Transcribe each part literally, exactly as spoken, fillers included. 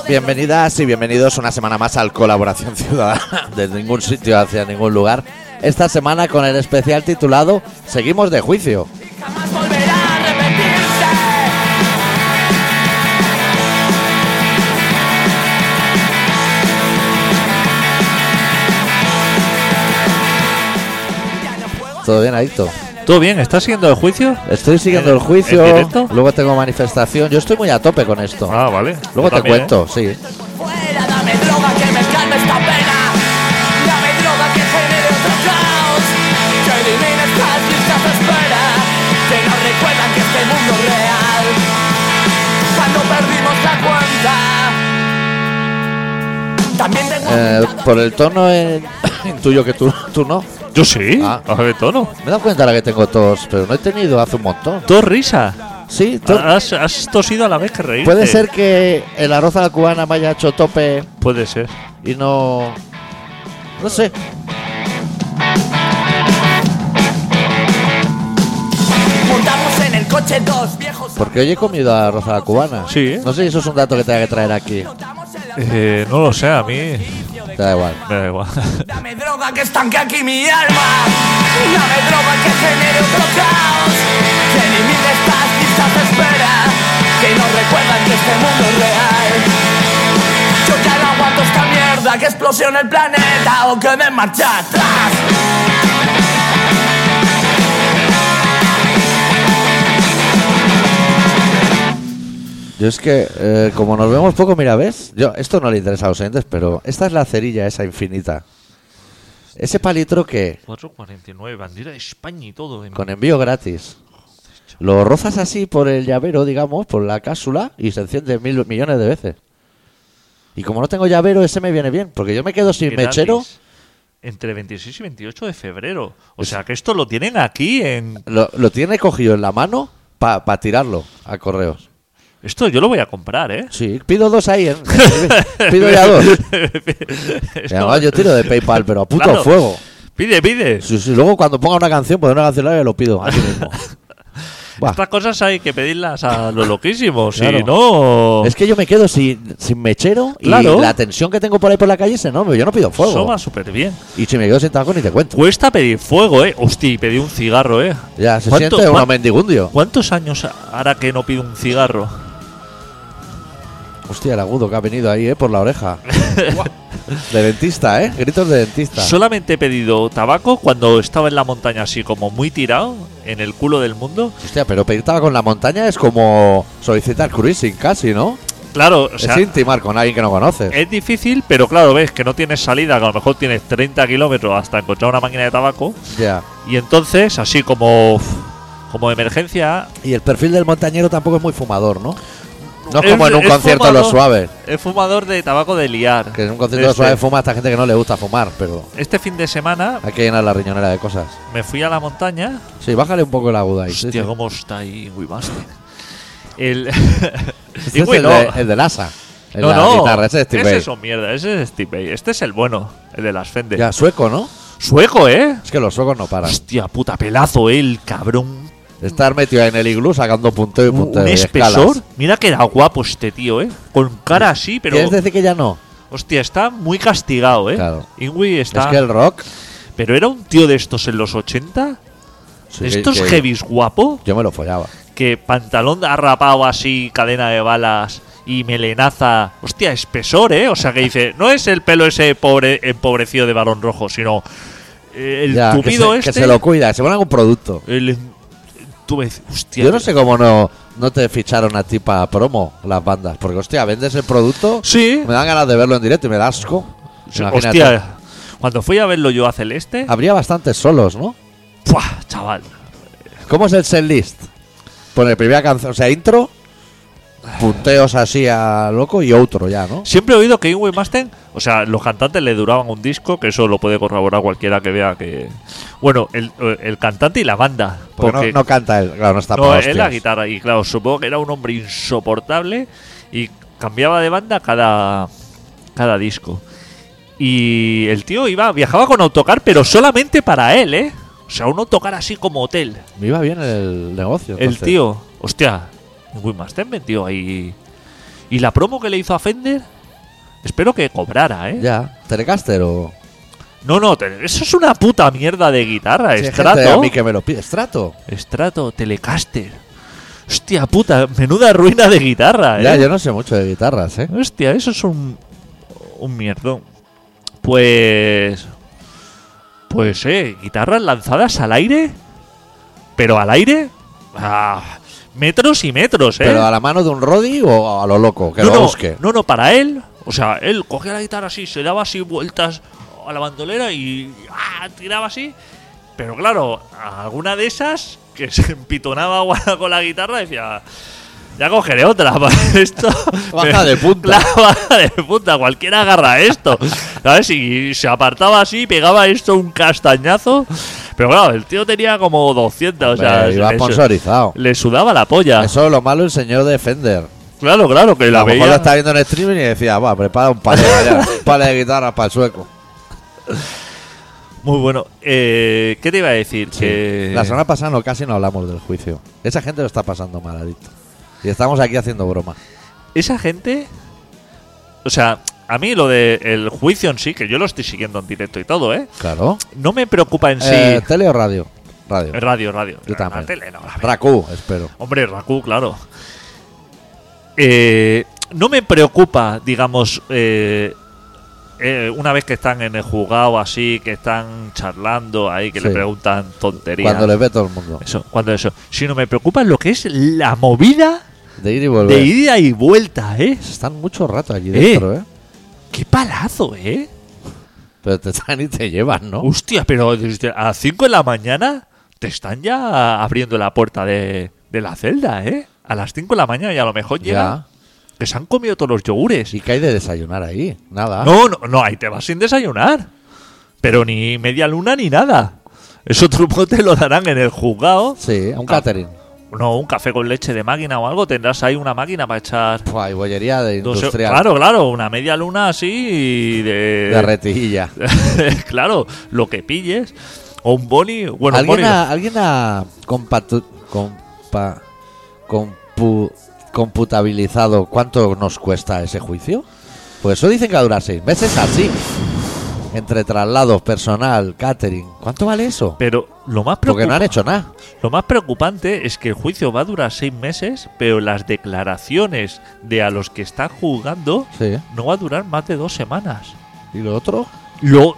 Bienvenidas y bienvenidos una semana más al Colaboración Ciudadana, desde ningún sitio hacia ningún lugar. Esta semana con el especial titulado Seguimos de juicio. Jamás volverá a arrepentirse. ¿Todo bien, Adicto? ¿Todo bien? ¿Estás siguiendo el juicio? Estoy siguiendo ¿En- el juicio, en directo? luego tengo manifestación. Yo estoy muy a tope con esto. Ah, vale. Luego Yo te también, cuento, sí. Fuera, dame droga que me calme esta pena. Dame droga que genere otro caos. Que elimine estas listas de espera. Que nos recuerdan que este mundo es real. Cuando perdimos la cuenta. También tengo Eh, cuidado. por el tono eh, intuyo que tú, tú no. ¿eh? Yo sí. Ah. ¿A qué tono? Me he dado cuenta ahora que tengo tos, pero no he tenido hace un montón. Dos risa. Sí, to- Has, has tosido a la vez que reírte. puede ser que el arroz a la cubana me haya hecho tope Puede ser. y no... No sé. Montamos en el coche dos viejos. Porque hoy he comido arroz a la cubana. Sí. No sé si eso es un dato que tenga que traer aquí. Eh, no lo sé, a mí Te da igual. me da igual. Dame droga que estanque aquí mi alma. Dame droga que genere otro caos. Que elimine estas listas de espera. Que nos recuerdan que este mundo es real. Yo ya no aguanto esta mierda. Que explosione el planeta o que dé marcha atrás. Yo es que, eh, como nos vemos poco, mira, ¿ves? Yo, esto no le interesa a los oyentes, pero esta es la cerilla esa infinita. Ese palitro que, cuatro cuarenta y nueve, bandera de España y todo. en- con envío gratis, lo rozas así por el llavero, digamos, por la cápsula, y se enciende mil millones de veces. Y como no tengo llavero, ese me viene bien, porque yo me quedo sin gratis. mechero. Entre veintiséis y veintiocho de febrero. O sea que esto lo tienen aquí en... Lo, lo tiene cogido en la mano para tirarlo a correos. Esto yo lo voy a comprar, ¿eh? Sí, pido dos ahí, ¿eh? Pido ya dos. Y Esto- además yo tiro de PayPal, pero a puto Claro. fuego. Pide, pide. Sí, sí, luego cuando ponga una canción, pues una canción larga lo pido aquí mismo. Buah, Estas cosas hay que pedirlas a los loquísimos. Claro. Si no... es que yo me quedo sin, sin mechero Claro. y la tensión que tengo por ahí por la calle es enorme. Yo no pido Eso fuego. va súper bien. Y si me quedo sin taco ni te cuento. Cuesta pedir fuego, ¿eh? Hostia, y pedí un cigarro, ¿eh? Ya, se ¿Cuánto- siente uno cuán- mendigundio. ¿Cuántos años hará que no pido un cigarro? Hostia, el agudo que ha venido ahí, ¿eh? Por la oreja. De dentista, ¿eh? Gritos de dentista. Solamente he pedido tabaco cuando estaba en la montaña así como muy tirado, en el culo del mundo. Hostia, pero pedir tabaco en la montaña es como solicitar cruising casi, ¿no? Claro, o sea, es intimar con alguien que no conoces. es difícil, pero claro, ves que no tienes salida, que a lo mejor tienes treinta kilómetros hasta encontrar una máquina de tabaco. Ya. Y entonces, así como, como de emergencia, Y el perfil del montañero tampoco es muy fumador, ¿no? No es Es- como en un es concierto de los fumador. suaves. es fumador de tabaco de liar. Que en un concierto de Este- suaves fuma a esta gente que no le gusta fumar, pero Este fin de semana hay que llenar la riñonera de cosas. me fui a la montaña. Sí, bájale un poco el agudo ahí. sí, Hostia, sí. cómo está ahí Wimaster. El. Este y es bueno, el, de, el del asa. El no, de la no. guitarra, ese es Steve ese Vai. son mierda, ese es Steve Vai. Este es el bueno, el de las Fender. Ya, sueco, ¿no? Sueco, ¿eh? Es que los suecos no paran. Hostia, puta pelazo, ¿eh? El cabrón. Estar metido en el iglú sacando punteo y Un, punteo. un y espesor. escalas. Mira que era guapo este tío, ¿eh? Con cara así, pero. ¿Quieres decir que ya no? Hostia, está muy castigado, ¿eh? Claro. Ingui está. Es que el rock... Pero era un tío de estos en los ochenta. sí, estos que- que heavies guapo. Yo me lo follaba. Que pantalón arrapado así, cadena de balas y melenaza. Hostia, espesor, ¿eh? O sea, que dice, no es el pelo ese pobre empobrecido de Barón Rojo, sino eh, el Ya, que tupido se, este. que se lo cuida, se pone algún producto. el, tú ves, hostia. Yo no sé cómo no, no te ficharon a ti para promo las bandas. Porque, hostia, vendes el producto, Sí. me dan ganas de verlo en directo y me da asco. Sí, Imagínate. hostia, cuando fui a verlo yo a Celeste, Habría bastantes solos, ¿no? ¡buah, chaval! ¿Cómo es el setlist? Pone primera canción, o sea, intro, punteos así a loco y otro ya, ¿no? Siempre he oído que Ingrid Masten, o sea, los cantantes le duraban un disco, que eso lo puede corroborar cualquiera que vea que. Bueno, el, el cantante y la banda. Porque, Porque no, no canta él, claro, no está no, para es la hostias. guitarra. Y claro, supongo que era un hombre insoportable y cambiaba de banda cada, cada disco. Y el tío iba, viajaba con autocar, pero solamente para él, ¿eh? O sea, un autocar así como hotel. Me iba bien el negocio. El entonces. tío, hostia, Wim Masten vendió ahí. Y la promo que le hizo a Fender, Espero que cobrara, ¿eh? Ya. ¿Telecaster o...? No, no, te- eso es una puta mierda de guitarra. Sí, hay Strato. gente a mí que me lo pide. ¿Strato? Strato, Telecaster. Hostia puta, menuda ruina de guitarra, ¿eh? Ya, yo no sé mucho de guitarras, ¿eh? Hostia, eso es un. Un mierdón. Pues. Pues, eh, guitarras lanzadas al aire. Pero al aire. Ah, metros y metros, eh. ¿Pero a la mano de un Roddy o a lo loco? Que no, lo no, busque. no, no, para él. O sea, él cogía la guitarra así, se daba así vueltas a la bandolera y ah, tiraba así. Pero claro, alguna de esas que se empitonaba con la guitarra decía, ya cogeré otra. Esto Baja de punta. Claro, baja de punta. Cualquiera agarra esto. ¿Sabes? Y se apartaba así, pegaba esto un castañazo. Pero claro, el tío tenía como doscientos. O sea, Hombre, iba le, su- sponsorizado. le sudaba la polla. Eso es lo malo el señor de Fender. Claro, claro, que A la lo mejor veía. lo está viendo en streaming y decía, va, prepara un par de, un par de guitarras para el sueco. Muy bueno. Eh, ¿Qué te iba a decir? Que... La semana pasada no, casi no hablamos del juicio. Esa gente lo está pasando mal, adicto. Y estamos aquí haciendo broma. Esa gente. O sea, a mí lo del juicio en sí, que yo lo estoy siguiendo en directo y todo, ¿eh? Claro. No me preocupa en sí. Eh, ¿Tele o radio? Radio. Radio, radio. Yo La también. tele, no, la ve- Raku, espero. Hombre, Raku, claro. Eh, no me preocupa, digamos, eh, eh, una vez que están en el juzgado así, que están charlando ahí, que Sí. le preguntan tonterías. Cuando les ve todo el mundo. Eso, cuando eso. Sino me preocupa lo que es la movida De ir y volver. de ida y vuelta, ¿eh? Están mucho rato allí Eh. dentro, ¿eh? ¡Qué palazo, eh! Pero te están y te llevan, ¿no? Hostia, pero desde a las cinco de la mañana te están ya abriendo la puerta de, de la celda, ¿eh? A las cinco de la mañana y a lo mejor llegan que se han comido todos los yogures. ¿Y qué hay de desayunar ahí? Nada. No, no, no, ahí te vas sin desayunar. Pero ni media luna ni nada. Eso truco te lo darán en el juzgado. Sí, un Ah. catering. No, un café con leche de máquina o algo. Tendrás ahí una máquina para echar. Buah, y bollería de dos- industrial. claro, claro, una media luna así de. De retilla. Claro, lo que pilles. O un boni. Bueno, un ¿Alguien, boni. ha, ¿Alguien ha compatu- compa- compu- computabilizado cuánto nos cuesta ese juicio? Pues eso dicen que va a durar seis meses así. Entre traslados, personal, catering. ¿Cuánto vale eso? Pero lo más, Porque no han preocupa- hecho nada. lo más preocupante es que el juicio va a durar seis meses, pero las declaraciones de a los que están juzgando Sí. no va a durar más de dos semanas. ¿Y lo otro? Lo,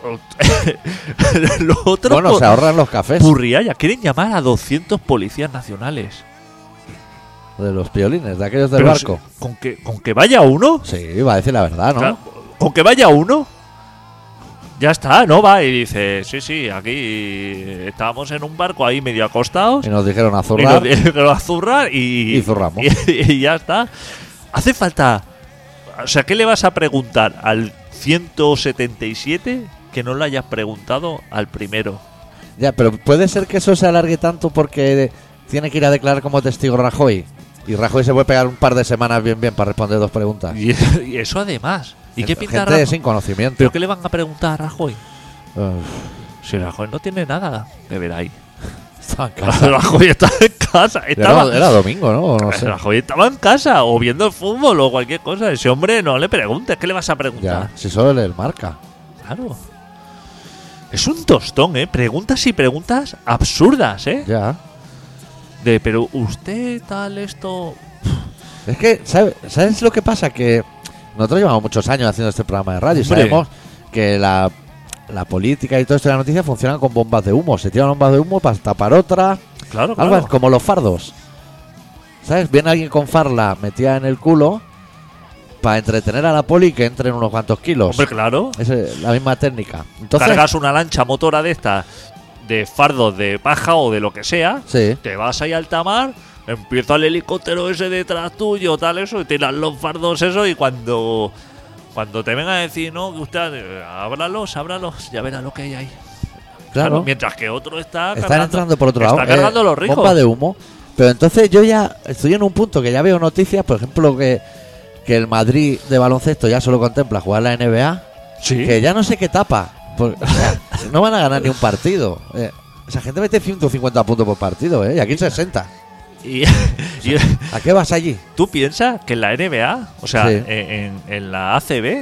lo otro Bueno, por- se ahorran los cafés purrialla. Quieren llamar a doscientos policías nacionales. de los piolines, de aquellos del Pero barco. si- con, que, con que vaya uno. Sí, va a decir la verdad, ¿no? Claro, con que vaya uno. Ya está, ¿no? Va y dice, sí, sí, aquí estábamos en un barco ahí medio acostados. Y nos dijeron a Y nos zurrar. dijeron a zurrar y, Y zurramos. Y, y ya está. Hace falta. O sea, ¿qué le vas a preguntar al ciento setenta y siete que no le hayas preguntado al primero? Ya, pero puede ser que eso se alargue tanto porque tiene que ir a declarar como testigo Rajoy. Y Rajoy se puede pegar un par de semanas bien bien para responder dos preguntas. Y, y eso además. ¿Y qué pinta Gente Rajoy? sin conocimiento. ¿Pero qué le van a preguntar a Rajoy? Uf, Si Rajoy no tiene nada que ver ahí. estaba en casa. Rajoy está en casa. Estaba, Era, era domingo, ¿no? O no sé. Rajoy estaba en casa o viendo el fútbol o cualquier cosa. Ese hombre no le preguntes. ¿Qué le vas a preguntar? Ya, si solo le marca. Claro. Es un tostón, ¿eh? Preguntas y preguntas absurdas, ¿eh? Ya. De, pero usted tal esto... Es que, ¿sabe- ¿sabes lo que pasa? Que nosotros llevamos muchos años haciendo este programa de radio y Hombre. sabemos que la, la política y todo esto de la noticia funcionan con bombas de humo. Se tiran bombas de humo para tapar otra. Claro, Algo claro. como los fardos. ¿Sabes? Viene alguien con farla metida en el culo para entretener a la poli que entren unos cuantos kilos. Hombre, claro. Es eh, la misma técnica. Entonces, Cargas una lancha motora de estas, de fardos de paja o de lo que sea, sí. te vas ahí al tamar, empieza el helicóptero ese detrás tuyo, tal, eso, y tiras los fardos, eso, y cuando cuando te vengan a decir, no, que usted, eh, ábralos, ábralos, ya verá lo que hay ahí. Claro. Mientras que otro está Están cargando- entrando por otro está lado. cargando eh, los ricos. Bomba de humo. Pero entonces yo ya estoy en un punto que ya veo noticias, por ejemplo, que, que el Madrid de baloncesto ya solo contempla jugar la N B A. Sí. Que ya no sé qué tapa. Porque, o sea, no van a ganar ni un partido. Eh, esa gente mete ciento cincuenta puntos por partido, ¿eh? Y aquí sesenta. Y, y ¿A qué vas allí? tú piensas que en la N B A, o sea, Sí. en, en- en la A C B,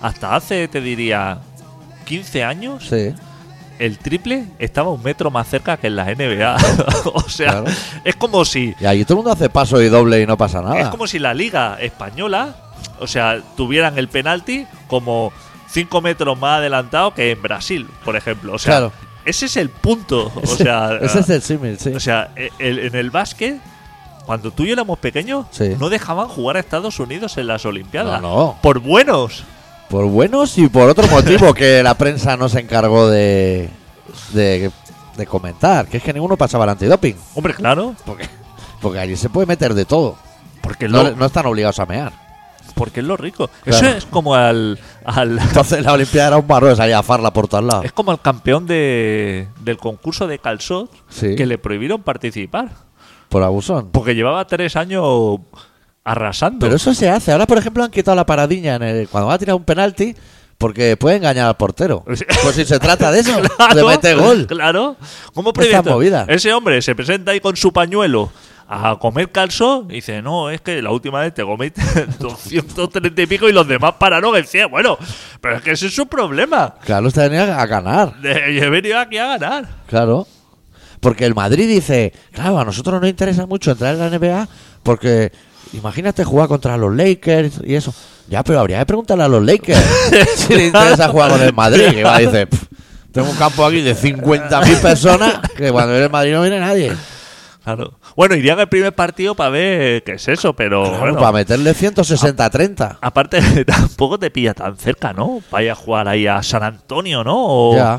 hasta hace, te diría, quince años, Sí. el triple estaba un metro más cerca que en la N B A. O sea, Claro. es como si Y allí todo el mundo hace paso y doble y no pasa nada. es como si la liga española, o sea, tuvieran el penalti como cinco metros más adelantado que en Brasil, por ejemplo. O sea, Claro. ese es el punto. O Ese- sea, ese es el símil, sí. o sea, el- en el básquet, cuando tú y yo éramos pequeños, Sí. no dejaban jugar a Estados Unidos en las Olimpiadas. No, no. Por buenos. Por buenos y por otro motivo que la prensa no se encargó de, de, de comentar, que es que ninguno pasaba el antidoping. Hombre, claro. Porque, porque allí se puede meter de todo. Porque es No, lo, no están obligados a mear. porque es lo rico. Claro. Eso es como al, al Entonces la Olimpiada era un marrón, salía a farla por todos lados. es como al campeón de, del concurso de calzot Sí. que le prohibieron participar. Por abusón. Porque llevaba tres años arrasando. Pero eso se hace. Ahora, por ejemplo, han quitado la paradiña en el, cuando va a tirar un penalti porque puede engañar al portero. Sí. Pues si se trata de eso, Claro, de meter gol. Claro. ¿Cómo Estas prohíbe esto? movidas. Ese hombre se presenta ahí con su pañuelo a comer calzón y dice, no, es que la última vez te comiste doscientos treinta y pico y los demás pararon en cien. Bueno, pero es que ese es su problema. Claro, usted venía a ganar. De, he venido aquí a ganar. Claro. Porque el Madrid dice, claro, a nosotros nos interesa mucho entrar en la N B A porque imagínate jugar contra los Lakers y eso. Ya, pero habría que preguntarle a los Lakers si le interesa jugar con el Madrid. Que va, dice, "Pff, tengo un campo aquí de cincuenta mil personas que cuando viene el Madrid no viene nadie. Claro. Bueno, irían al primer partido para ver qué es eso, pero Claro, bueno. para meterle ciento sesenta a treinta. Aparte, tampoco te pilla tan cerca, ¿no? Vaya a jugar ahí a San Antonio, ¿no? O, Ya.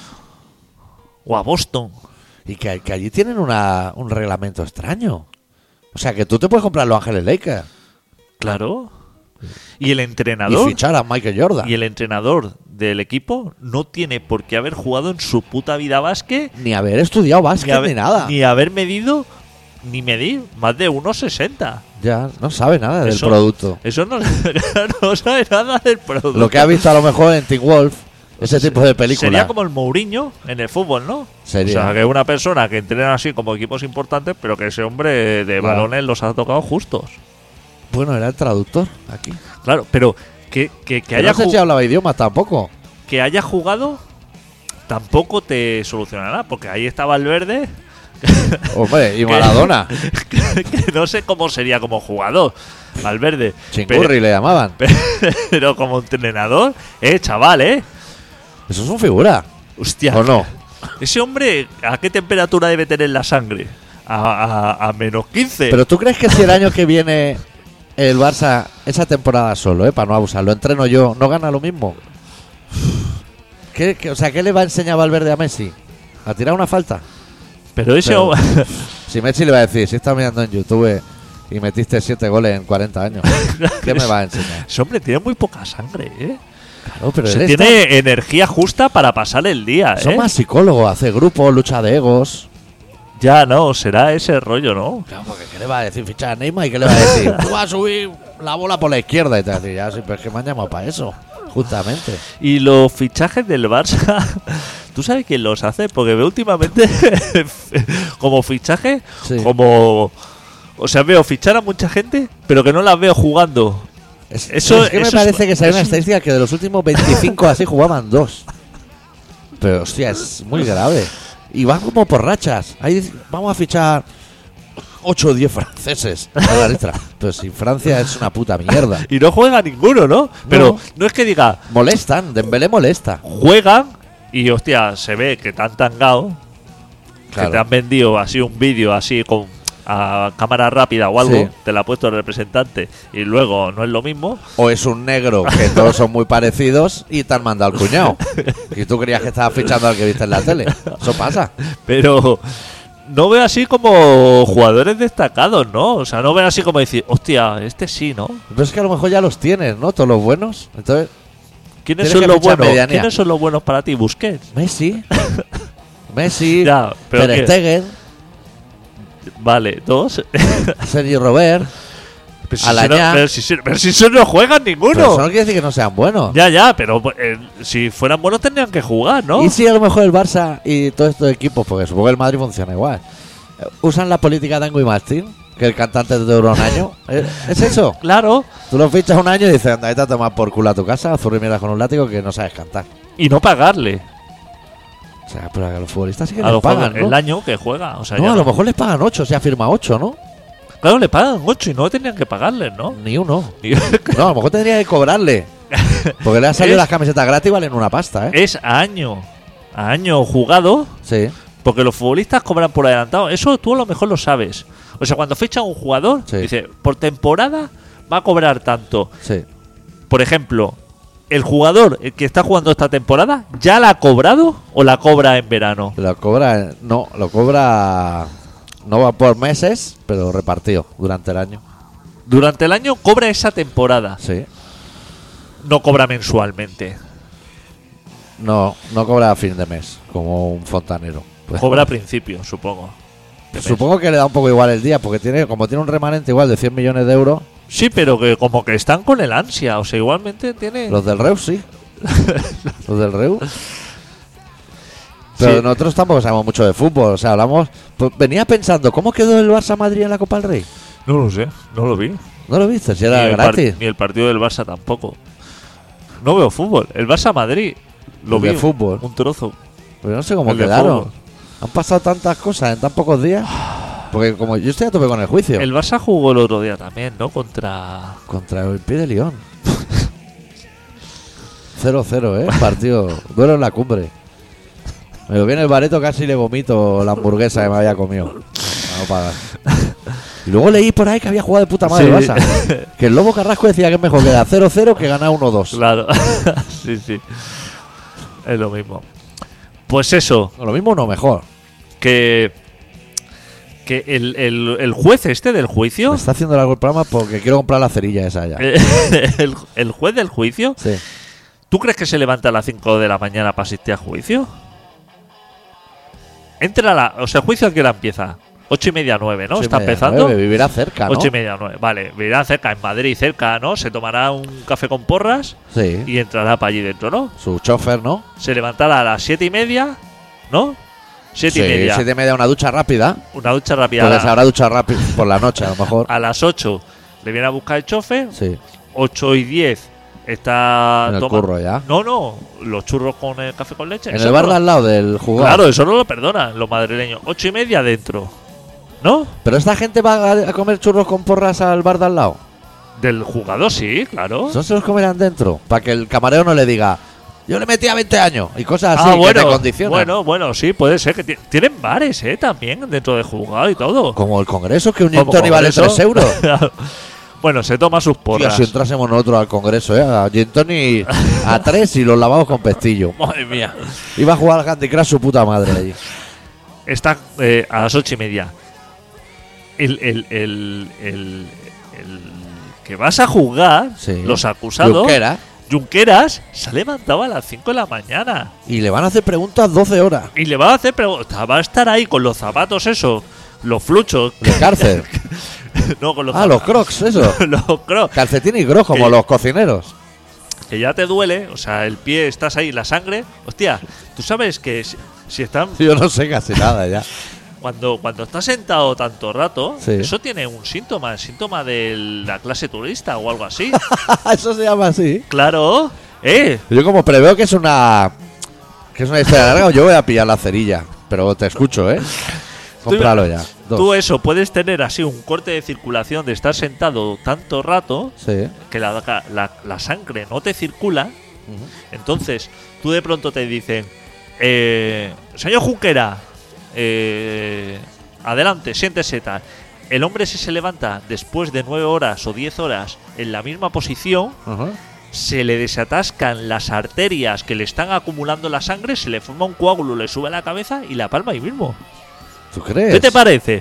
o a Boston. Y que, que allí tienen una, un reglamento extraño. O sea, que tú te puedes comprar Los Ángeles Lakers Claro. Y el y entrenador fichar a Michael Jordan. y el entrenador del equipo no tiene por qué haber jugado en su puta vida básquet, Ni haber estudiado básquet ni, haber, nada. ni haber medido ni medir más de uno sesenta. Ya, no sabe nada del Eso- producto. Eso no, no sabe nada del producto. Lo que ha visto a lo mejor en Teen Wolf, ese tipo de películas. Sería como el Mourinho en el fútbol, ¿no? Sería. O sea, que es una persona que entrena así como equipos importantes, pero que ese hombre de Claro. balones los ha tocado justos. Bueno, era el traductor aquí. Claro, pero que, que, que Que haya, no sé ju- si hablaba idiomas tampoco. que haya jugado tampoco te solucionará, porque ahí estaba el verde, Hombre, y Maradona. que, que no sé cómo sería como jugador, Valverde. Chingurri le llamaban. Pero, pero como entrenador, eh, chaval, eh. Eso es un figura. Hostia. ¿O no? Ese hombre, ¿a qué temperatura debe tener la sangre? A, a, a menos quince. Pero tú crees que si el año que viene el Barça, esa temporada solo, eh, para no abusar, lo entreno yo, ¿no gana lo mismo? ¿Qué, qué- o sea, ¿qué le va a enseñar Valverde a Messi? ¿A tirar una falta? Pero ese Pero- hombre. Si Messi le va a decir, si estás mirando en YouTube y metiste siete goles en cuarenta años, ¿qué me va a enseñar? Ese hombre tiene muy poca sangre, ¿eh? Claro, pero Se él tiene está- energía justa para pasar el día, son ¿eh? más psicólogos, hace grupos, lucha de egos. Ya, no, será ese rollo, ¿no? Claro, porque ¿qué le va a decir fichar a Neymar y qué le va a decir? Tú vas a subir la bola por la izquierda y te va a decir, ya, sí, pero es que me han llamado para eso, justamente. Y los fichajes del Barça, ¿tú sabes quién los hace? Porque veo últimamente como fichaje, Sí. como... O sea, veo fichar a mucha gente, pero que no las veo jugando. Es, Eso- es que me eso es- parece que salió una eso- estadística que de los últimos veinticinco así jugaban dos. Pero hostia, es muy grave. Y van como por rachas. Ahí vamos a fichar ocho o diez franceses a la letra. Pero si Francia es una puta mierda. Y no juega ninguno, ¿no? Pero No. no es que diga, Molestan, Dembélé molesta. juegan y, hostia, se ve que te han tangado, Claro. que te han vendido así un vídeo así con a cámara rápida o algo, Sí. te la ha puesto el representante y luego no es lo mismo. O es un negro, que todos son muy parecidos y te han mandado al cuñado. Y tú creías que estabas fichando al que viste en la tele. Eso pasa. Pero no veo así como jugadores destacados, ¿no? O sea, no veo así como decir, hostia, este sí, ¿no? Pero es que a lo mejor ya los tienes, ¿no? Todos los buenos. Entonces, ¿Quiénes Tienes son que los fichar buenos? medianía. ¿Quiénes son los buenos para ti? Busquets. Messi. Messi. Ya, pero Ter ¿qué? Stegen. Vale, dos. Sergi Robert. Pero si, Alañá. se no, pero, si, se- pero si eso no juegan Pero ninguno. eso no quiere decir que no sean buenos. Ya, ya, pero eh, si fueran buenos tendrían que jugar, ¿no? Y si a lo mejor el Barça y todos estos equipos, porque supongo que el Madrid funciona igual, eh, usan la política de Tango y Martín, que el cantante te dura un año. ¿Es, es eso? Claro. Tú lo fichas un año y dices, anda, vete a tomar por culo a tu casa, zurrimieras con un látigo que no sabes cantar. Y no pagarle. O sea, pero a los futbolistas sí que A les los pagan, jugadores, ¿no? el año que juega. O sea, No, ya a lo mejor les pagan ocho, se ha firmado ocho, ¿no? Claro, le pagan ocho y no tenían que pagarles, ¿no? Ni uno. No, a lo mejor tendría que cobrarle. Porque le han salido Es- las camisetas gratis y valen una pasta, ¿eh? Es a año. A año jugado. Sí, Porque los futbolistas cobran por adelantado. Eso tú a lo mejor lo sabes. O sea, cuando ficha un jugador, Sí. dice, por temporada va a cobrar tanto. sí. Por ejemplo, el jugador el que está jugando esta temporada, ¿ya la ha cobrado o la cobra en verano? Lo cobra, no, lo cobra, no va por meses, pero repartido durante el año. Durante el año cobra esa temporada. Sí. No cobra mensualmente. No, no cobra a fin de mes, como un fontanero. Pues, Cobra a principio, supongo. de mes. Supongo que le da un poco igual el día, porque tiene, como tiene un remanente igual de cien millones de euros, Sí, pero que como que están con el ansia. O sea, igualmente tiene... los del Reus sí. Los del Reus. Pero Sí. nosotros tampoco sabemos mucho de fútbol, o sea, hablamos. Pues venía pensando, ¿cómo quedó el Barça Madrid en la Copa del Rey? No lo sé, no lo vi. ¿No lo viste? Si era ni, el par- gratis. ni el partido del Barça tampoco. No veo fútbol. El Barça Madrid lo El vi. de fútbol. Un trozo. Pero no sé cómo El de quedaron. fútbol. Han pasado tantas cosas en tan pocos días. Porque como yo estoy a tope con el juicio. El Barça jugó el otro día también, ¿no? Contra... Contra el Olympique de Lyon. cero cero, ¿eh? Partido. Duelo en la cumbre. Me lo viene el bareto, casi le vomito la hamburguesa que me había comido. Para no pagar. Y luego leí por ahí que había jugado de puta madre el Sí. Barça. Que el Lobo Carrasco decía que es mejor que era cero cero que ganar uno dos. Claro. Sí, sí. Es lo mismo. Pues eso, Lo mismo no mejor. que... Que el, el, el juez este del juicio... Me está haciendo largo el programa porque quiero comprar la cerilla esa ya. eh, el, el juez del juicio... Sí. ¿Tú crees que se levanta a las cinco de la mañana para asistir a juicio? Entra a la... O sea, ¿el juicio a qué hora empieza? Ocho y media, nueve, ¿no? Ocho y Está media, empezando. nueve, vivirá cerca, ¿no? Ocho y media, nueve. Vale, vivirá cerca, en Madrid, cerca, ¿no? Se tomará un café con porras Sí. y entrará para allí dentro, ¿no? Su chofer, ¿no? Se levantará a las siete y media, ¿no? Siete Sí, y media. siete y media, una ducha rápida. Una ducha rápida. Porque A, se la- habrá duchado rápido por la noche, a lo mejor. a las ocho le viene a buscar el chofer. Sí. Ocho y diez está... En el toma- curro ya. No, no. Los churros con el café con leche. En eso el bar no de lo- al lado del jugador. Claro, eso no lo perdonan los madrileños. Ocho y media dentro. ¿No? Pero esta gente va a- a comer churros con porras al bar de al lado. Del jugador, sí, claro. ¿No se los comerán dentro? Para que el camarero no le diga, yo le metía veinte años y cosas así ah, que bueno, te condicionan. bueno, bueno, sí, puede ser. que ti- Tienen bares, ¿eh? También dentro del juzgado y todo. Como el congreso, que un gin Como tonic vale congreso. tres euros. Bueno, se toma sus Tío, porras. si entrásemos nosotros al congreso, ¿eh? A gin tonic a tres y los lavamos con pestillo. Madre mía. Iba a jugar al Candy Crush su puta madre allí. Está eh, a las ocho y media. El, el, el, el, el que vas a jugar, Sí. los acusados, Junqueras. Junqueras, se ha levantado a las cinco de la mañana. Y le van a hacer preguntas doce horas. Y le va a hacer preguntas. Va a estar ahí con los zapatos, eso. Los fluchos. De cárcel. No, con los Ah, los zapatos. crocs, eso. los crocs. Calcetín y crocs, como Que- los cocineros. Que ya te duele. O sea, el pie, estás ahí, la sangre. Hostia, tú sabes que si, si están. Yo no sé casi nada ya. Cuando, cuando estás sentado tanto rato, Sí. eso tiene un síntoma. El síntoma de la clase turista o algo así. Eso se llama así. Claro. Eh. Yo como preveo que es una que es una historia larga, yo voy a pillar la cerilla. Pero te escucho, ¿eh? Cómpralo ya. Dos. Tú eso, puedes tener así un corte de circulación de estar sentado tanto rato Sí. que la, la, la sangre no te circula. Entonces, tú de pronto te dicen, eh, señor Junquera, eh, adelante, siéntese tal. El hombre si se levanta después de nueve horas o diez horas en la misma posición, Ajá. se le desatascan las arterias que le están acumulando la sangre, se le forma un coágulo, le sube a la cabeza y la palma ahí mismo. ¿Tú crees? ¿Qué te parece?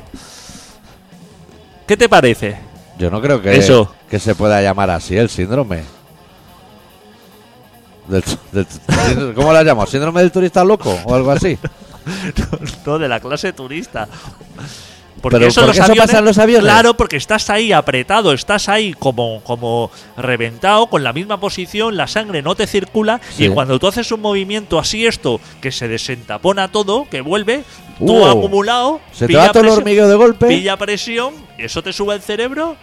¿Qué te parece? Yo no creo que, Eso. que se pueda llamar así el síndrome. Del, del- ¿Cómo la llamo? ¿Síndrome del turista loco o algo así? No, de la clase turista. Porque Pero eso, ¿por los qué eso aviones, pasa en los aviones? Claro, porque estás ahí apretado, estás ahí como, como reventado, con la misma posición, la sangre no te circula, Sí. y cuando tú haces un movimiento así esto, que se desentapona todo, que vuelve, tú Uh, acumulado, Se te pilla va todo el presión, hormigueo de golpe. pilla presión, eso te sube el cerebro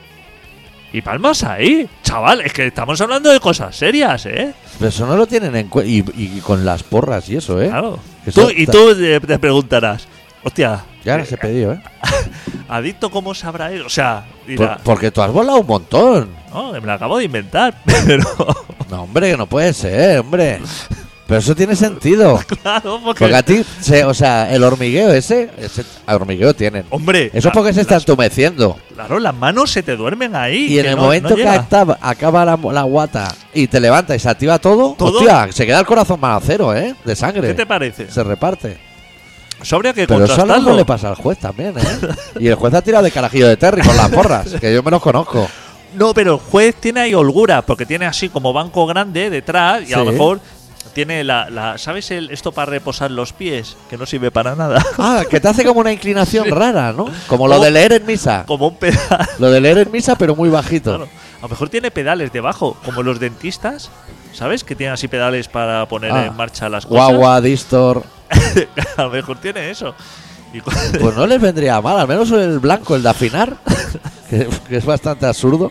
y palmas ahí. Chaval, es que estamos hablando de cosas serias, ¿eh? Pero eso no lo tienen en cuenta. Y, y con las porras y eso, ¿eh? Claro. Que Tú- eso y ta- tú te, te preguntarás, hostia, Ya las he pedido, ¿eh? ¿adicto cómo sabrá él? O sea, Por- dirá, porque tú has volado un montón. no, me lo acabo de inventar, pero No, hombre, que no puede ser, hombre. Pero eso tiene sentido. claro, porque... Porque a ti, se- o sea, el hormigueo ese, ese hormigueo tienen. Hombre, Eso es la- porque se está las- entumeciendo. Claro, las manos se te duermen ahí. Y en que el no- momento no que llega. acaba, acaba la, la guata y te levanta y se activa todo, ¿Todo? hostia, se queda el corazón más a cero, ¿eh? De sangre. ¿Qué te parece? Se reparte. Eso habría que Pero eso a lo contrastarlo. mejor le pasa al juez también, ¿eh? Y el juez ha tirado de carajillo de Terry con las porras, que yo me los conozco. No, pero el juez tiene ahí holgura, porque tiene así como banco grande detrás y a lo Sí. mejor tiene la, la ¿sabes el, esto para reposar los pies? Que no sirve para nada. Ah, que te hace como una inclinación Sí. rara, ¿no? Como lo Como- de leer en misa. Como un pedal. Lo de leer en misa, pero muy bajito. Claro. A lo mejor tiene pedales debajo, como los dentistas, ¿sabes? Que tienen así pedales para poner Ah. en marcha las cosas. Guagua, distor. A lo mejor tiene eso. Y cu- Pues no les vendría mal, al menos el blanco, el de afinar, que, que es bastante absurdo.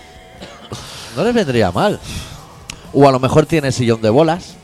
No les vendría mal. O a lo mejor tiene sillón de bolas.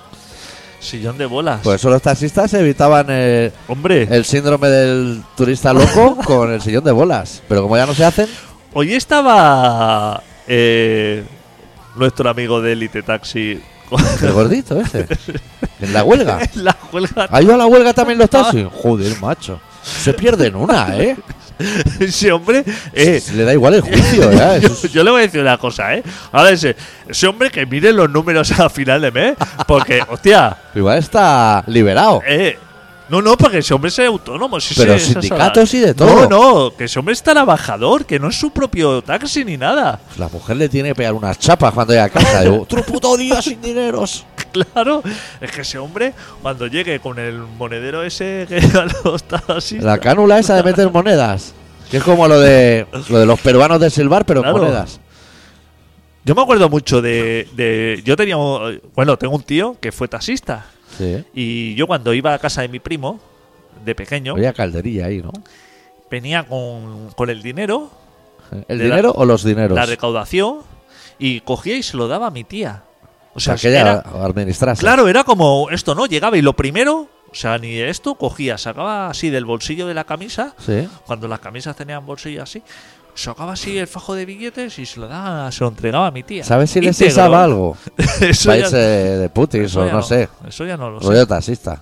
Sillón de bolas. Pues eso los taxistas evitaban eh, Hombre, el síndrome del turista loco con el sillón de bolas. Pero como ya no se hacen, hoy estaba eh, nuestro amigo de Elite Taxi con- el gordito ese. En la huelga. en la huelga. ¿Ha ido a la huelga también los taxis? Joder, macho. Se pierden una, ¿eh? Ese hombre. eh, Le da igual el juicio, ¿eh? yo, Eso es- yo le voy a decir una cosa, ¿eh? Ahora ese, ese hombre que mire los números a final de mes, porque, hostia, Igual está liberado. eh. No, no, porque ese hombre es autónomo. Sí, Pero sí, esas sindicatos horas. y de todo. No, no, que ese hombre es trabajador, que no es su propio taxi ni nada. Pues la mujer le tiene que pegar unas chapas cuando llega a casa. Digo, otro puto día sin dineros. Claro, es que ese hombre, cuando llegue con el monedero ese que a los taxistas. La cánula esa de meter monedas. Que es como lo de lo de los peruanos de silbar, pero en Claro. monedas. Yo me acuerdo mucho de, de. Yo tenía. un- Bueno, tengo un tío que fue taxista. Sí. Y yo cuando iba a casa de mi primo, de pequeño, Había calderilla ahí, ¿no? venía con, con el dinero, ¿El De dinero o los dineros? la recaudación, y cogía y se lo daba a mi tía. O O sea, sea, que ella era, administrase. claro, era como esto, ¿no? Llegaba y lo primero, o sea, ni esto, cogía, sacaba así del bolsillo de la camisa, Sí. cuando las camisas tenían bolsillo así, sacaba así el fajo de billetes y se lo daba, se lo entregaba a mi tía. ¿Sabes si les Íntegro. usaba algo? Eso Vais ya, de putis eso o ya no, sé. Eso ya no lo sé. Rollo taxista.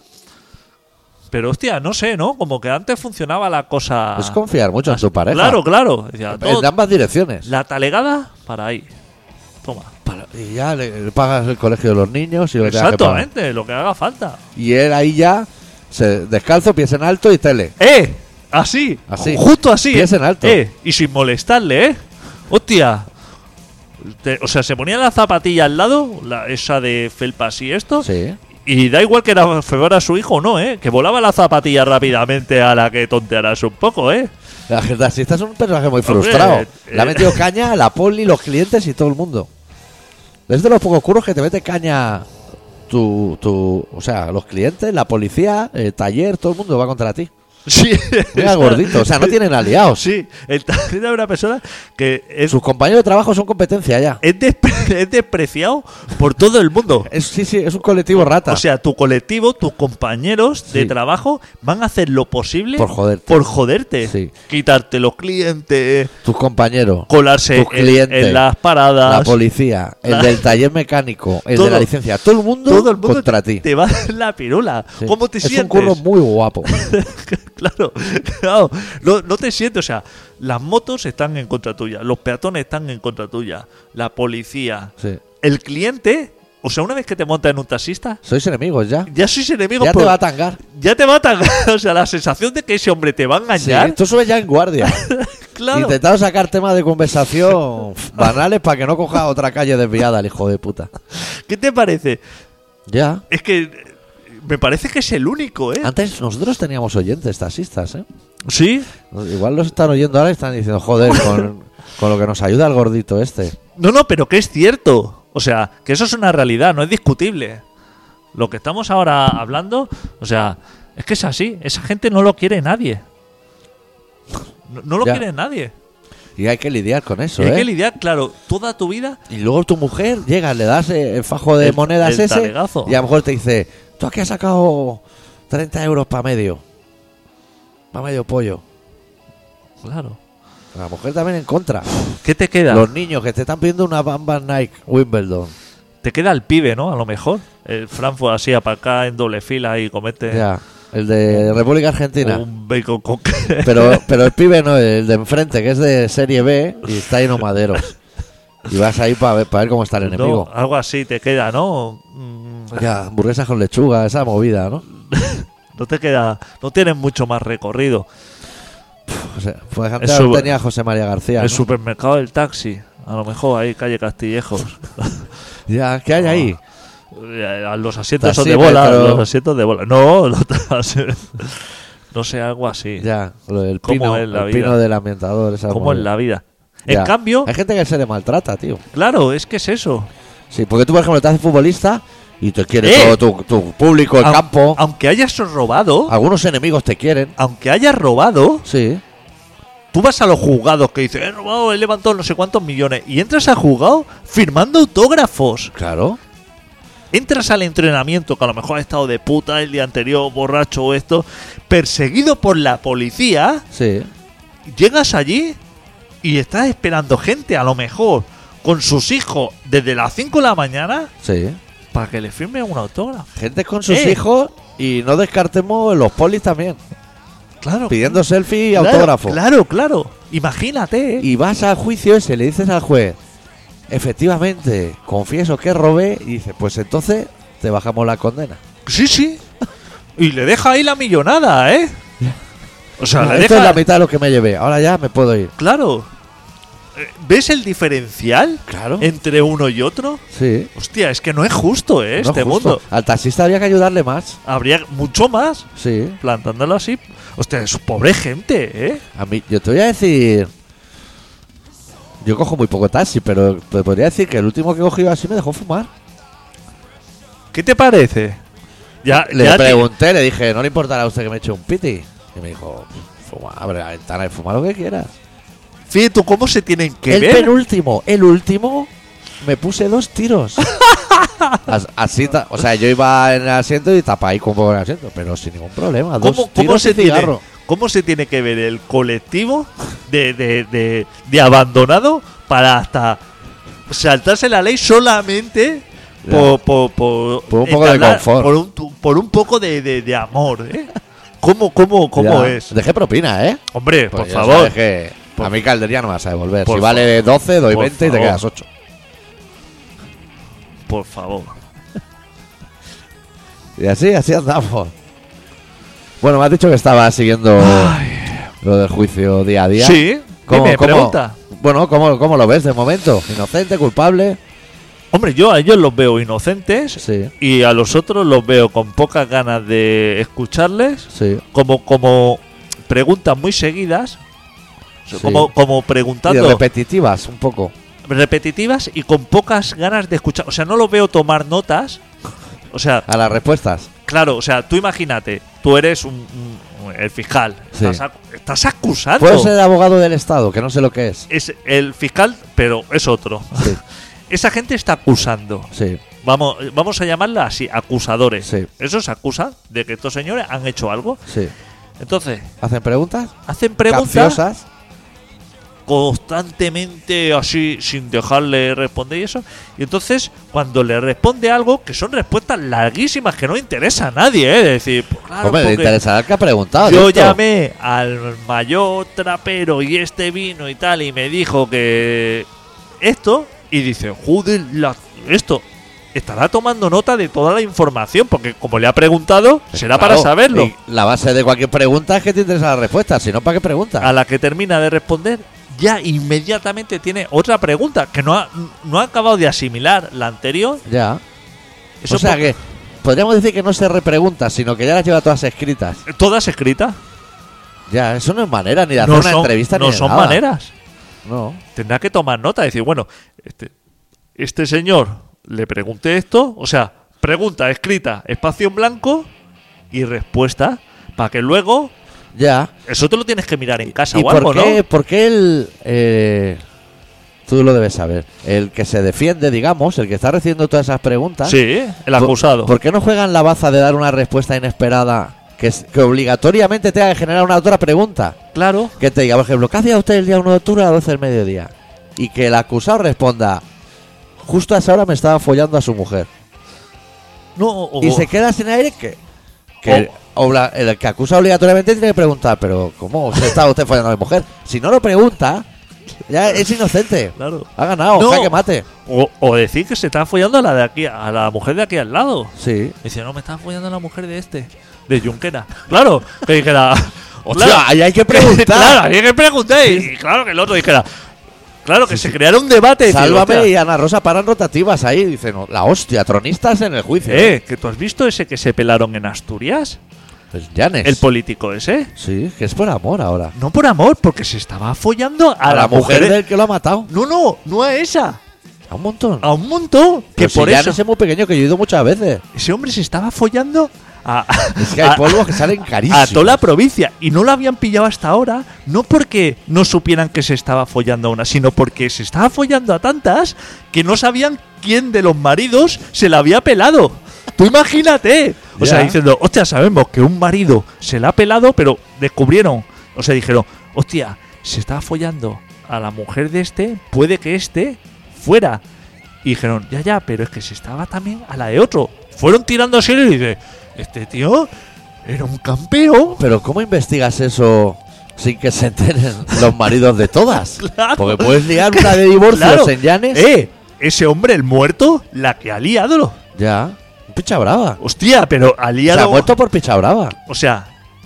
Pero hostia, no sé, ¿no? Como que antes funcionaba la cosa. Es confiar mucho en tu pareja. Claro, claro. Decía, En todo- de ambas direcciones. la talegada para ahí. Toma. Para- y ya le, le pagas el colegio de los niños y lo que tengas que pagar. Exactamente, lo que haga falta. Y él ahí ya, se descalzo, pies en alto y tele. ¡Eh! Así. Así. Justo así. Pies eh. en alto. Eh, y sin molestarle, ¿eh? Hostia. Te- o sea, se ponía la zapatilla al lado, la, esa de felpas y esto. Sí. Y da igual que era fuera su hijo o no, ¿eh? Que volaba la zapatilla rápidamente a la que tontearas un poco, ¿eh? El taxista es un personaje muy Hombre, frustrado. eh, Le ha metido caña a la poli, los clientes y todo el mundo. Es de los pocos curros que te mete caña tu, tu, o sea, los clientes, la policía, el taller, todo el mundo va contra ti. Sí. Mira, gordito. O sea, no tienen aliados. Sí, el taxista es una persona que es, Sus compañeros de trabajo son competencia ya. es, despre- es despreciado por todo el mundo. Es, sí, sí, es un colectivo rata. O sea, tu colectivo, tus compañeros de Sí. trabajo van a hacer lo posible Por joderte. por joderte. Sí. Quitarte los clientes, tus compañeros, colarse tus en, clientes, en las paradas. la policía, el La- del taller mecánico, el Todo. de la licencia, todo el mundo, todo el mundo contra te, ti. te va a dar la pirula. Sí. ¿Cómo te es sientes? un curro muy guapo. Claro, claro. No, no te sientes, o sea, las motos están en contra tuya, los peatones están en contra tuya, la policía, Sí. el cliente, o sea, una vez que te montas en un taxista, Sois enemigos ya. ya sois enemigos. Ya por- te va a tangar. ya te matan. O sea, la sensación de que ese hombre te va a Sí, engañar. tú subes ya en guardia. Claro. Intentado sacar temas de conversación banales para que no coja otra calle desviada el hijo de puta. ¿Qué te parece? Ya. Es que eh, me parece que es el único, ¿eh? Antes nosotros teníamos oyentes taxistas, ¿eh? ¿Sí? Igual los están oyendo ahora y están diciendo, joder, con, con lo que nos ayuda el gordito este. No, no, pero que es cierto. O sea, que eso es una realidad, no es discutible. Lo que estamos ahora hablando, o sea, es que es así. Esa gente no lo quiere nadie. No, no lo Ya. quiere nadie. Y hay que lidiar con eso, Y hay ¿eh? que lidiar, claro, toda tu vida. Y luego tu mujer llega, le das eh, el fajo de El- monedas el ese talegazo. y a lo mejor te dice, tú aquí has sacado treinta euros para medio. Para medio pollo. Claro. La mujer también en contra. ¿Qué te queda? Los niños que te están pidiendo una Bamba Nike Wimbledon. Te queda el pibe, ¿no? A lo mejor. El Frankfurt así para acá en doble fila y comete Ya, el de República Argentina. un bacon con Pero, pero el pibe no, el de enfrente, que es de Serie B y está lleno de maderos. Y vas ahí para ver, para ver cómo está el enemigo. No, algo así te queda, ¿no? Mm, Ya, hamburguesas con lechuga, esa movida, ¿no? No te queda, no tienes mucho más recorrido. O sea, pues antes Es su- tenía José María García. El ¿no? supermercado del taxi, a lo mejor ahí calle Castillejos. Ya, ¿qué hay ahí? A los asientos esos de Taxímetro. bola, los asientos de bola. No, los tas- no sé, algo así. Ya, lo del ¿Cómo pino, es la el vida? pino del ambientador. Esa Como movida. en la vida. Ya. En cambio, Hay gente que se le maltrata, tío. claro, es que es eso. Sí, porque tú, por ejemplo, te haces futbolista y te quiere ¡Eh! todo tu, tu público, el Au- campo. Aunque hayas robado, Algunos enemigos te quieren. aunque hayas robado, Sí. tú vas a los juzgados que dicen, he robado, he levantado no sé cuántos millones. Y entras al juzgado firmando autógrafos. Claro. Entras al entrenamiento, que a lo mejor has estado de puta el día anterior, borracho o esto, perseguido por la policía. Sí. Llegas allí y estás esperando gente, a lo mejor, con sus hijos desde las cinco de la mañana Sí. para que le firmen un autógrafo. Gente con sus Eh. hijos y no descartemos los polis también. Claro. Pidiendo selfie y claro, autógrafo. Claro, claro. Imagínate, ¿eh? Y vas al juicio ese, le dices al juez, efectivamente, confieso que robé, y dice, pues entonces te bajamos la condena. Sí, sí. Y le deja ahí la millonada, ¿eh? O sea, le Esto deja... es la mitad de lo que me llevé, ahora ya me puedo ir. Claro. Eh, ¿Ves el diferencial Claro. entre uno y otro? Sí. Hostia, es que no es justo, ¿eh? No Este es justo. mundo. Al taxista habría que ayudarle más. Habría mucho más Sí. plantándolo así. Hostia, es pobre gente, ¿eh? A mí, yo te voy a decir. Yo cojo muy poco taxi, pero te podría decir que el último que cogí así me dejó fumar. ¿Qué te parece? Ya, Le ya te- pregunté, le dije, ¿no le importará a usted que me eche un piti? Y me dijo, fuma, abre la ventana y fuma lo que quieras. Fíjate tú cómo se tienen que El ver. penúltimo, el último, me puse dos tiros. As- Así, ta- o sea, yo iba en el asiento y tapaba ahí con un poco en el asiento, pero sin ningún problema. Dos ¿Cómo, cómo tiros se y tiene, cigarro. ¿Cómo se tiene que ver el colectivo de, de, de, de abandonado para hasta saltarse la ley solamente Ya. por, por, por, Por un poco de entablar- confort. Por un, tu- por un poco de, de, de amor, ¿eh? ¿Cómo, cómo, cómo Ya. es? Dejé propina, ¿eh? Hombre, Pues por ya favor. sabes que Por- a mí Caldería no me vas a devolver. Por Si vale doce, doy por veinte y te favor. quedas ocho. Por favor. Y así, así andamos. Bueno, me has dicho que estabas siguiendo lo del juicio día a día. Sí, dime, pregunta. Bueno, ¿cómo, ¿cómo lo ves de momento? ¿Inocente, culpable? Hombre, yo a ellos los veo inocentes Sí, y a los otros los veo con pocas ganas de escucharles, sí. como, como preguntas muy seguidas, Sí. como, como Y preguntando repetitivas, un poco. repetitivas y con pocas ganas de escuchar. O sea, no los veo tomar notas. O sea, A las respuestas. claro, o sea, tú imagínate, tú eres un, un- el fiscal, Sí. estás, ac- estás acusando. Puedo ser abogado del Estado, que no sé lo que es. Es el fiscal, pero es otro. Sí, Esa gente está acusando. sí, Vamos, vamos a llamarla así, acusadores. Sí. Eso se acusa de que estos señores han hecho algo. sí. Entonces, ¿Hacen preguntas? hacen preguntas Capciosas. constantemente así, sin dejarle responder y eso. Y entonces, cuando le responde algo, que son respuestas larguísimas que no interesa a nadie, ¿eh? Es decir, pues claro, Hombre, le porque interesará el que ha preguntado. yo esto. llamé al mayor trapero y este vino y tal, y me dijo que esto, y dice, joder, la- esto. Estará tomando nota de toda la información, porque como le ha preguntado, será para Claro, saberlo. y la base de cualquier pregunta es que te interesa la respuesta, si no, ¿para qué preguntas? A la que termina de responder, ya inmediatamente tiene otra pregunta que no ha, no ha acabado de asimilar la anterior. Ya. Eso o sea po- que podríamos decir que no se repregunta, sino que ya las lleva todas escritas. todas escritas. Ya, eso no es manera ni de hacer No una son, entrevista no ni de son nada. maneras. No. Tendrá que tomar nota y decir, bueno, este, este señor le pregunté esto, o sea, pregunta escrita, espacio en blanco y respuesta, para que luego Ya. eso te lo tienes que mirar en casa ¿Y o algo, por qué, ¿no? por qué el... eh, tú lo debes saber. El que se defiende, digamos, el que está recibiendo todas esas preguntas... Sí, el ¿por- acusado. ¿Por qué no juegan la baza de dar una respuesta inesperada que, es- que obligatoriamente tenga que generar una otra pregunta? Claro. Que te diga, por ejemplo, ¿qué hacía usted el día uno de octubre a las doce del mediodía? Y que el acusado responda, justo a esa hora me estaba follando a su mujer. No, o- Y se queda sin aire que... que obla- el que acusa obligatoriamente tiene que preguntar, pero ¿cómo se estaba usted follando a mi mujer? Si no lo pregunta, ya es inocente. Claro. Ha ganado, No. jaque mate. O, o decir que se está follando a la de aquí, a la mujer de aquí al lado. Sí. Dice, no, me estaba follando a la mujer de este, de Junquera. Claro, que dijera, Hostia, claro, ahí hay que preguntar. claro, hay que preguntar. Y, y claro que el otro dijera, claro, que se creara un debate. y decir, Sálvame hostia, y Ana Rosa paran rotativas ahí. Dicen, no, la hostia, tronistas en el juicio. Eh, que tú has visto ese que se pelaron en Asturias, Pues Llanes. el político ese. Sí, que es por amor ahora. No por amor, porque se estaba follando a, A, la, mujer, de- del que lo ha matado. No, no, no a esa, A un montón. a un montón. Que Pero si por Llanes eso es muy pequeño, que yo he ido muchas veces. ese hombre se estaba follando a, Es que hay a- polvos que salen carísimos. a toda la provincia y no lo habían pillado hasta ahora, no porque no supieran que se estaba follando a una, sino porque se estaba follando a tantas que no sabían quién de los maridos se la había pelado. Tú imagínate. O Ya. sea, diciendo, hostia, sabemos que un marido se la ha pelado, pero descubrieron, o sea, dijeron, hostia, se estaba follando a la mujer de este, puede que este fuera. Y dijeron, ya, ya, pero es que se estaba también a la de otro. Fueron tirando así y dice, este tío era un campeón. Pero ¿cómo investigas eso sin que se enteren los maridos de todas? Claro. Porque puedes liar una de divorcios Claro. en Llanes. Eh, ese hombre, el muerto, la que ha liado. Ya. Un picha brava. Hostia, pero ha Se ha liado. muerto por picha brava. O sea,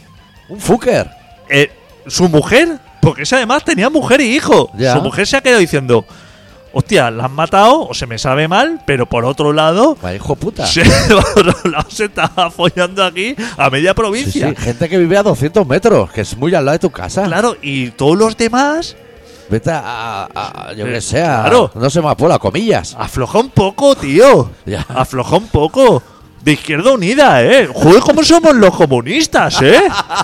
Un fucker. eh, su mujer, porque esa además tenía mujer y hijo. Ya. Su mujer se ha quedado diciendo, hostia, la han matado, o se me sabe mal, pero por otro lado, Vaya hijo puta. se, por otro lado se estaba follando aquí a media Sí, provincia. sí, gente que vive a doscientos metros, que es muy al lado de tu casa. Claro, y todos los demás, Vete a, a- a- yo Eh, que sé, a- claro. no se me apola, comillas. afloja un poco, tío. Ya. Afloja un poco. De Izquierda Unida, ¿eh? Joder, ¿cómo somos los comunistas, eh?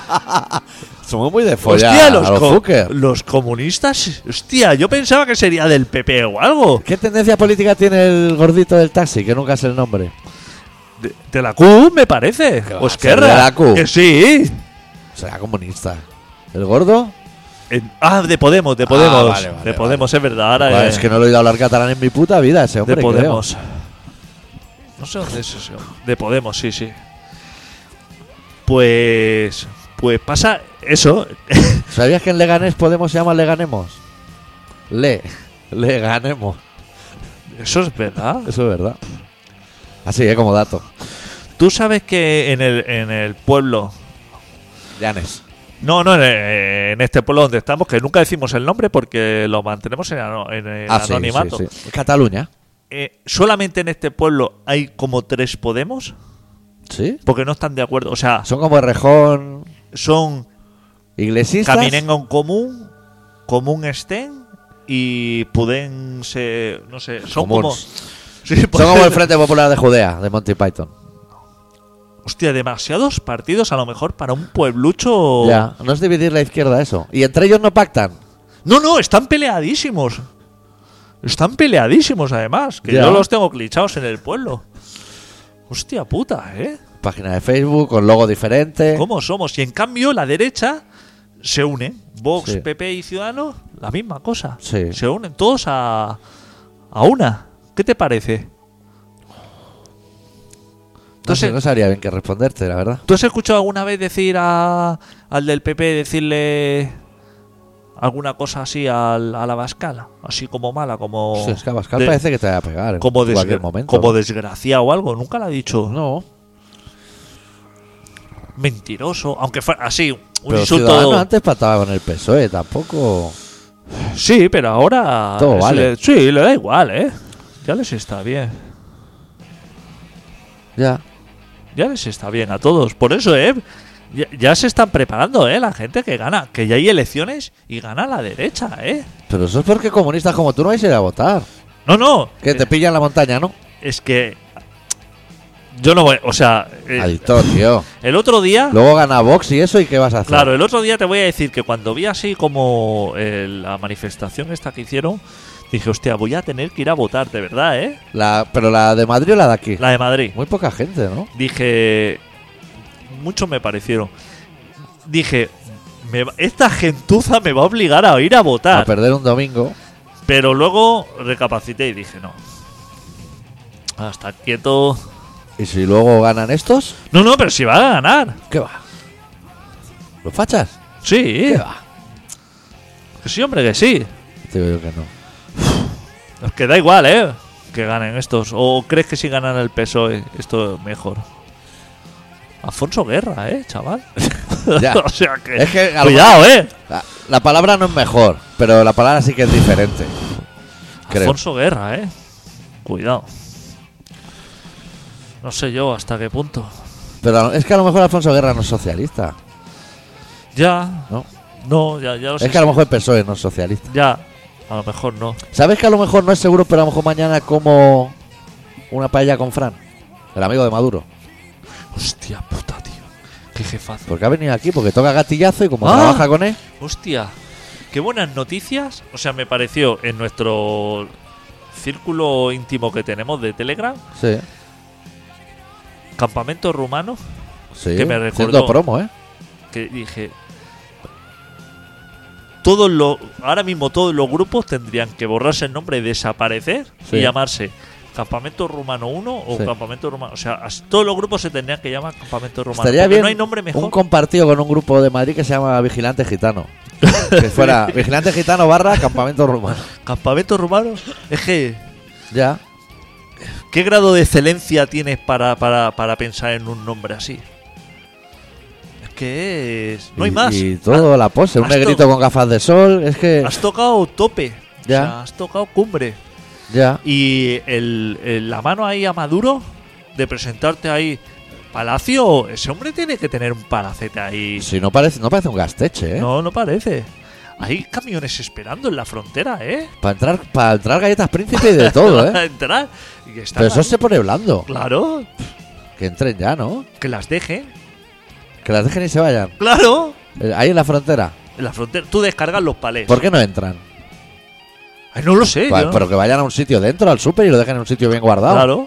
Somos muy de follar Hostia, a los, los co- fuckers. los comunistas. Hostia, yo pensaba que sería del P P o algo. ¿Qué tendencia política tiene el gordito del taxi? Que nunca sé el nombre. De, de la Q, me parece. Que va O a ser Esquerra. de la Q. Que sí. Será comunista. ¿El gordo? En- ah, de Podemos, de Podemos. vale, vale, de vale. Podemos, es verdad. Ahora Buah, eh, es que no lo he oído hablar catalán en mi puta vida, ese hombre. de creo. Podemos. No sé dónde es ese hombre. De Podemos, sí, sí. Pues. Pues pasa eso. ¿Sabías que en Leganés Podemos se llama Le Ganemos? Le. Le Ganemos. Eso es verdad. Eso es verdad. Así, ¿eh? Como dato. Tú sabes que en el, en el pueblo. Llanes. No, no, en, en este pueblo donde estamos, que nunca decimos el nombre porque lo mantenemos en, ano- en el Ah, sí, anonimato. sí, sí. Cataluña. Eh, solamente en este pueblo hay como tres Podemos, ¿Sí? porque no están de acuerdo. O sea, Son como Rejón, son iglesistas. Caminenga un común, común estén y Puden se. No sé, son como. Comuns. Sí, Son pues- como el Frente Popular de Judea, de Monty Python. Hostia, demasiados partidos a lo mejor para un pueblucho. Ya, no es dividir la izquierda eso. Y entre ellos no pactan. No, no, están peleadísimos. Están peleadísimos además. Que Ya. yo los tengo clichados en el pueblo. Hostia puta, ¿eh? Página de Facebook con logo diferente. ¿Cómo somos? Y en cambio la derecha se une. Vox, Sí. P P y Ciudadanos, la misma cosa. Sí. Se unen todos a, a una. ¿Qué te parece? No sé, Entonces, no sabría bien qué responderte, la verdad. ¿tú has escuchado alguna vez decir a, al del P P decirle alguna cosa así al, a la Abascal? Así como mala, como... Hostia, es que Abascal de- parece que te va a pegar en como, cualquier desgra- momento. como desgraciado o algo. Nunca lo ha dicho. No, Mentiroso. Aunque fuera así, un pero insulto... Ciudadanos antes pataba con el P S O E, tampoco. Sí, pero ahora... Todo es- vale. le- sí, le da igual, ¿eh? Ya les está bien. Ya. Ya les está bien a todos. Por eso, ¿eh? Ya, ya se están preparando, ¿eh? La gente que gana. Que ya hay elecciones y gana la derecha, ¿eh? Pero eso es porque comunistas como tú no vais a ir a votar. No, no. Que te eh, pillan la montaña, ¿no? Es que... Yo no voy... O sea... eh, Adicto, tío. el otro día... Luego gana Vox y eso, ¿y qué vas a hacer? Claro, el otro día te voy a decir que cuando vi así como eh, la manifestación esta que hicieron, dije, hostia, voy a tener que ir a votar, de verdad, ¿eh? La, ¿Pero la de Madrid o la de aquí? La de Madrid. Muy poca gente, ¿no? Dije... Muchos me parecieron. Dije, me va- esta gentuza me va a obligar a ir a A votar. perder un domingo. Pero luego recapacité y dije, no. Hasta quieto. ¿Y si luego ganan estos? No, no, pero si va a ganar. ¿Qué va? ¿Los fachas? Sí. ¿Qué va? Que sí, hombre, que sí. Te digo yo que no. Es que da igual, ¿eh? Que ganen estos. ¿O crees que si ganan el P S O E esto es mejor? Afonso Guerra, ¿eh, chaval? Ya. O sea que... Es que a lo Cuidado, ¿eh? La, la palabra no es mejor, pero la palabra sí que es diferente. Creo. Afonso Guerra, ¿eh? Cuidado. No sé yo hasta qué punto. Pero a lo- es que a lo mejor Alfonso Guerra no es socialista, Ya. ¿no? No, ya, ya lo sé. Es que a lo mejor el P S O E no es socialista. Ya. A lo mejor no. ¿Sabes que a lo mejor no es seguro, pero a lo mejor mañana como una paella con Fran, el amigo de Maduro? Hostia puta, tío. Qué jefazo. Porque ha venido aquí, porque toca gatillazo y como Ah. trabaja con él. Hostia. Qué buenas noticias. O sea, me pareció en nuestro círculo íntimo que tenemos de Telegram, Sí, campamento rumano, sí. Que me Haciendo recordó- promo, ¿eh? que dije... Todos los, ahora mismo todos los grupos tendrían que borrarse el nombre y desaparecer Sí. y llamarse Campamento Rumano uno o Sí. Campamento Rumano. O sea, as- todos los grupos se tendrían que llamar Campamento Rumano. Estaría porque bien no hay nombre mejor. un compartido con un grupo de Madrid que se llama Vigilante Gitano. Que fuera Vigilante Gitano barra Campamento Rumano. Campamento Rumano. Es que, Ya. ¿qué grado de excelencia tienes para, para, para pensar en un nombre así? Es que es... No hay Y- más. Y todo, la pose. Un has negrito to- con gafas de sol. Es que. Has tocado tope. Ya. O sea, has tocado cumbre. Ya. Y el, el- la mano ahí a Maduro de presentarte ahí Palacio, ese hombre tiene que tener un palacete ahí. Si no parece, no parece un gasteche, ¿eh? No, no parece. Hay camiones esperando en la frontera, ¿eh? Para entrar, para entrar galletas príncipe y de todo, Para ¿eh? entrar. Y que están Pero eso ahí. se pone blando. Claro, Que entren ya, ¿no? que las dejen. Que las dejen y se vayan. Claro. Eh, Ahí en la frontera. En la frontera. Tú descargas los palés. ¿Por qué no entran? Ay, no lo sé. Pues, yo no- pero que vayan a un sitio dentro, al súper, y lo dejen en un sitio bien guardado. Claro.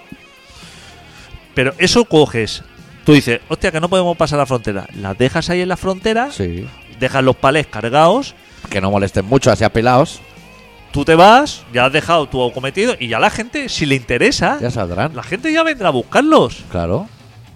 Pero eso coges. Tú dices, hostia, que no podemos pasar la frontera. Las dejas ahí en la frontera, Sí. dejas los palés cargados. Que no molesten mucho, así apilados. Tú te vas, ya has dejado tu cometido y ya la gente, si le interesa, Ya saldrán. la gente ya vendrá a buscarlos. Claro.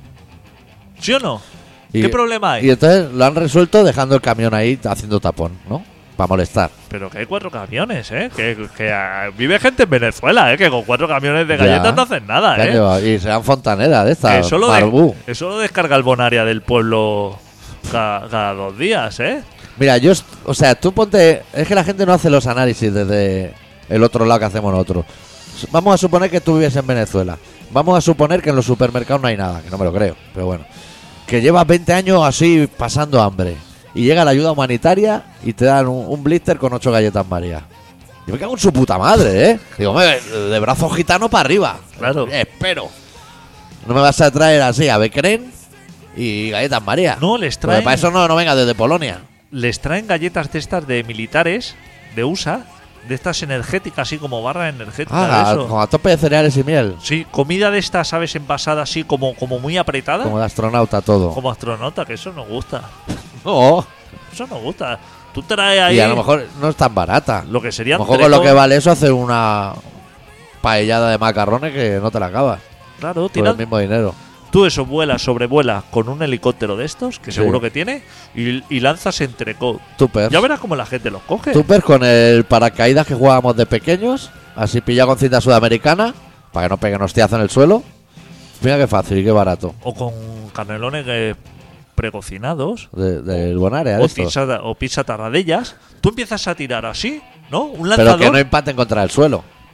¿Sí o no? Y- ¿Qué problema hay? Y entonces lo han resuelto dejando el camión ahí haciendo tapón, ¿no? Para molestar. Pero que hay cuatro camiones, ¿eh? Que, que, ah, vive gente en Venezuela, ¿eh? Que con cuatro camiones de Ya. galletas no hacen nada, Que han ¿eh? llevado- y se dan fontanera de Que esta. eso, lo Marbú. de- eso lo descarga el Bonaria del pueblo cada, cada dos días, ¿eh? Mira, yo, est- o sea, tú ponte. Es que la gente no hace los análisis desde el otro lado que hacemos nosotros. S- Vamos a suponer que tú vives en Venezuela. Vamos a suponer que en los supermercados no hay nada, que no me lo creo, pero bueno. Que llevas veinte años así pasando hambre. Y llega la ayuda humanitaria y te dan un, un blister con ocho galletas María. Y me cago en su puta madre, ¿eh? Digo, "Me- de brazo gitano para arriba. Claro. Eh, espero. No me vas a traer así a Becren y galletas María. No, les Porque traen, para eso no, no venga desde Polonia. les traen galletas de estas de militares, de U S A, de estas energéticas, así como barra energética. Ah, de eso. con a tope de cereales y miel. Sí, comida de estas, ¿sabes? Envasada así como, como muy apretada. Como Como, de astronauta todo. astronauta, que eso nos gusta. No. Eso nos gusta. Tú traes ahí Y a lo mejor no es tan barata. lo que A sería lo mejor con lo que vale eso hacer una paellada de macarrones que no te la acabas. Claro, Por tira- el mismo dinero. tú eso vuelas, sobrevuelas con un helicóptero de estos, que Sí. seguro que tiene, y, y lanzas entrecot. Tupper. Ya verás cómo la gente los coge. Tupper con el paracaídas que jugábamos de pequeños. Así pillado con cinta sudamericana. Para que no peguen hostiazo en el suelo. Mira qué fácil y qué barato. O con canelones eh, precocinados. De- Del Bonaria, O esto. pizza, o pizza tarradellas. Tú empiezas a tirar así, ¿no? Un Pero lanzador. que no empaten contra el suelo.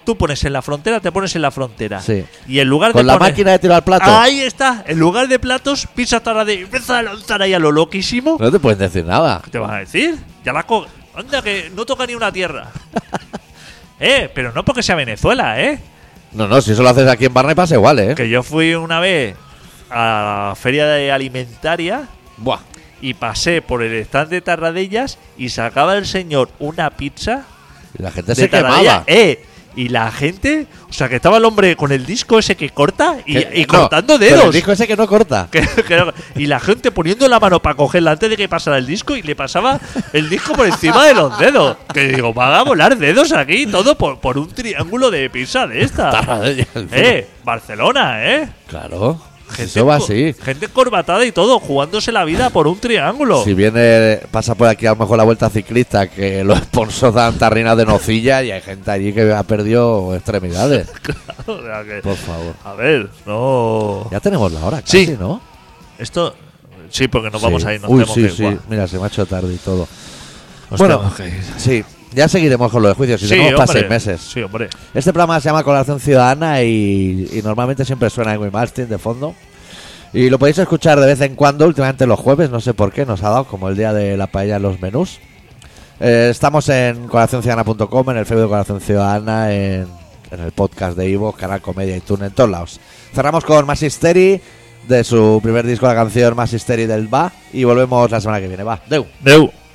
tú pones en la frontera, te pones en la frontera. Sí. Y en lugar Con de la poner- máquina de tirar al plato. Ahí está. En lugar de platos, pisa taradilla y empieza a lanzar ahí a lo loquísimo. No te pueden decir nada. ¿Qué te vas a decir? Ya la co Anda, que no toca ni una tierra. eh, pero no porque sea Venezuela, ¿eh? No, no, si eso lo haces aquí en Barna pasa igual, ¿eh? Que yo fui una vez a la feria de alimentaria Buah. y pasé por el stand de Tarradellas y sacaba el señor una pizza Y la gente de se Tarradella. quemaba. Eh, y la gente, o sea, que estaba el hombre con el disco ese que corta y, Que- y no, cortando pero dedos. el disco ese que no corta. Que- que no- y la gente poniendo la mano para cogerla antes de que pasara el disco y le pasaba el disco por encima de los dedos. Que digo, van a volar dedos aquí, todo por, por un triángulo de pizza de esta. Tarradella, encima. Eh, Barcelona, eh. Claro. Gente, Eso va co- así. gente corbatada y todo, jugándose la vida por un triángulo. Si viene, pasa por aquí a lo mejor la vuelta ciclista, que los sponsors dan tarrinas de nocilla y hay gente allí que ha perdido extremidades. O sea que- Por favor. a ver, no. Ya tenemos la hora casi, Sí. ¿no? Esto. Sí, porque nos vamos Sí. a ir, nos Uy, tenemos sí, que ir. sí. Guau, Mira, se me ha hecho tarde y todo. nos Bueno, tenemos que ir. Sí, ya seguiremos con los juicios. Si Sí, tenemos para hombre. seis meses. Sí, hombre. Este programa se llama Colaboración Ciudadana y, y normalmente siempre suena Edwin Martin de fondo. Y lo podéis escuchar de vez en cuando, últimamente los jueves, no sé por qué, nos ha dado como el día de la paella en los menús. Eh, estamos en colaboración ciudadana punto com, en el Facebook de Colaboración Ciudadana, en, en el podcast de Ivo, Canal Comedia y Tune, en todos lados. Cerramos con Mass Hysteria, de su primer disco, la canción Mass Hysteria del Va, y volvemos la semana que viene. Va, deu. Deu.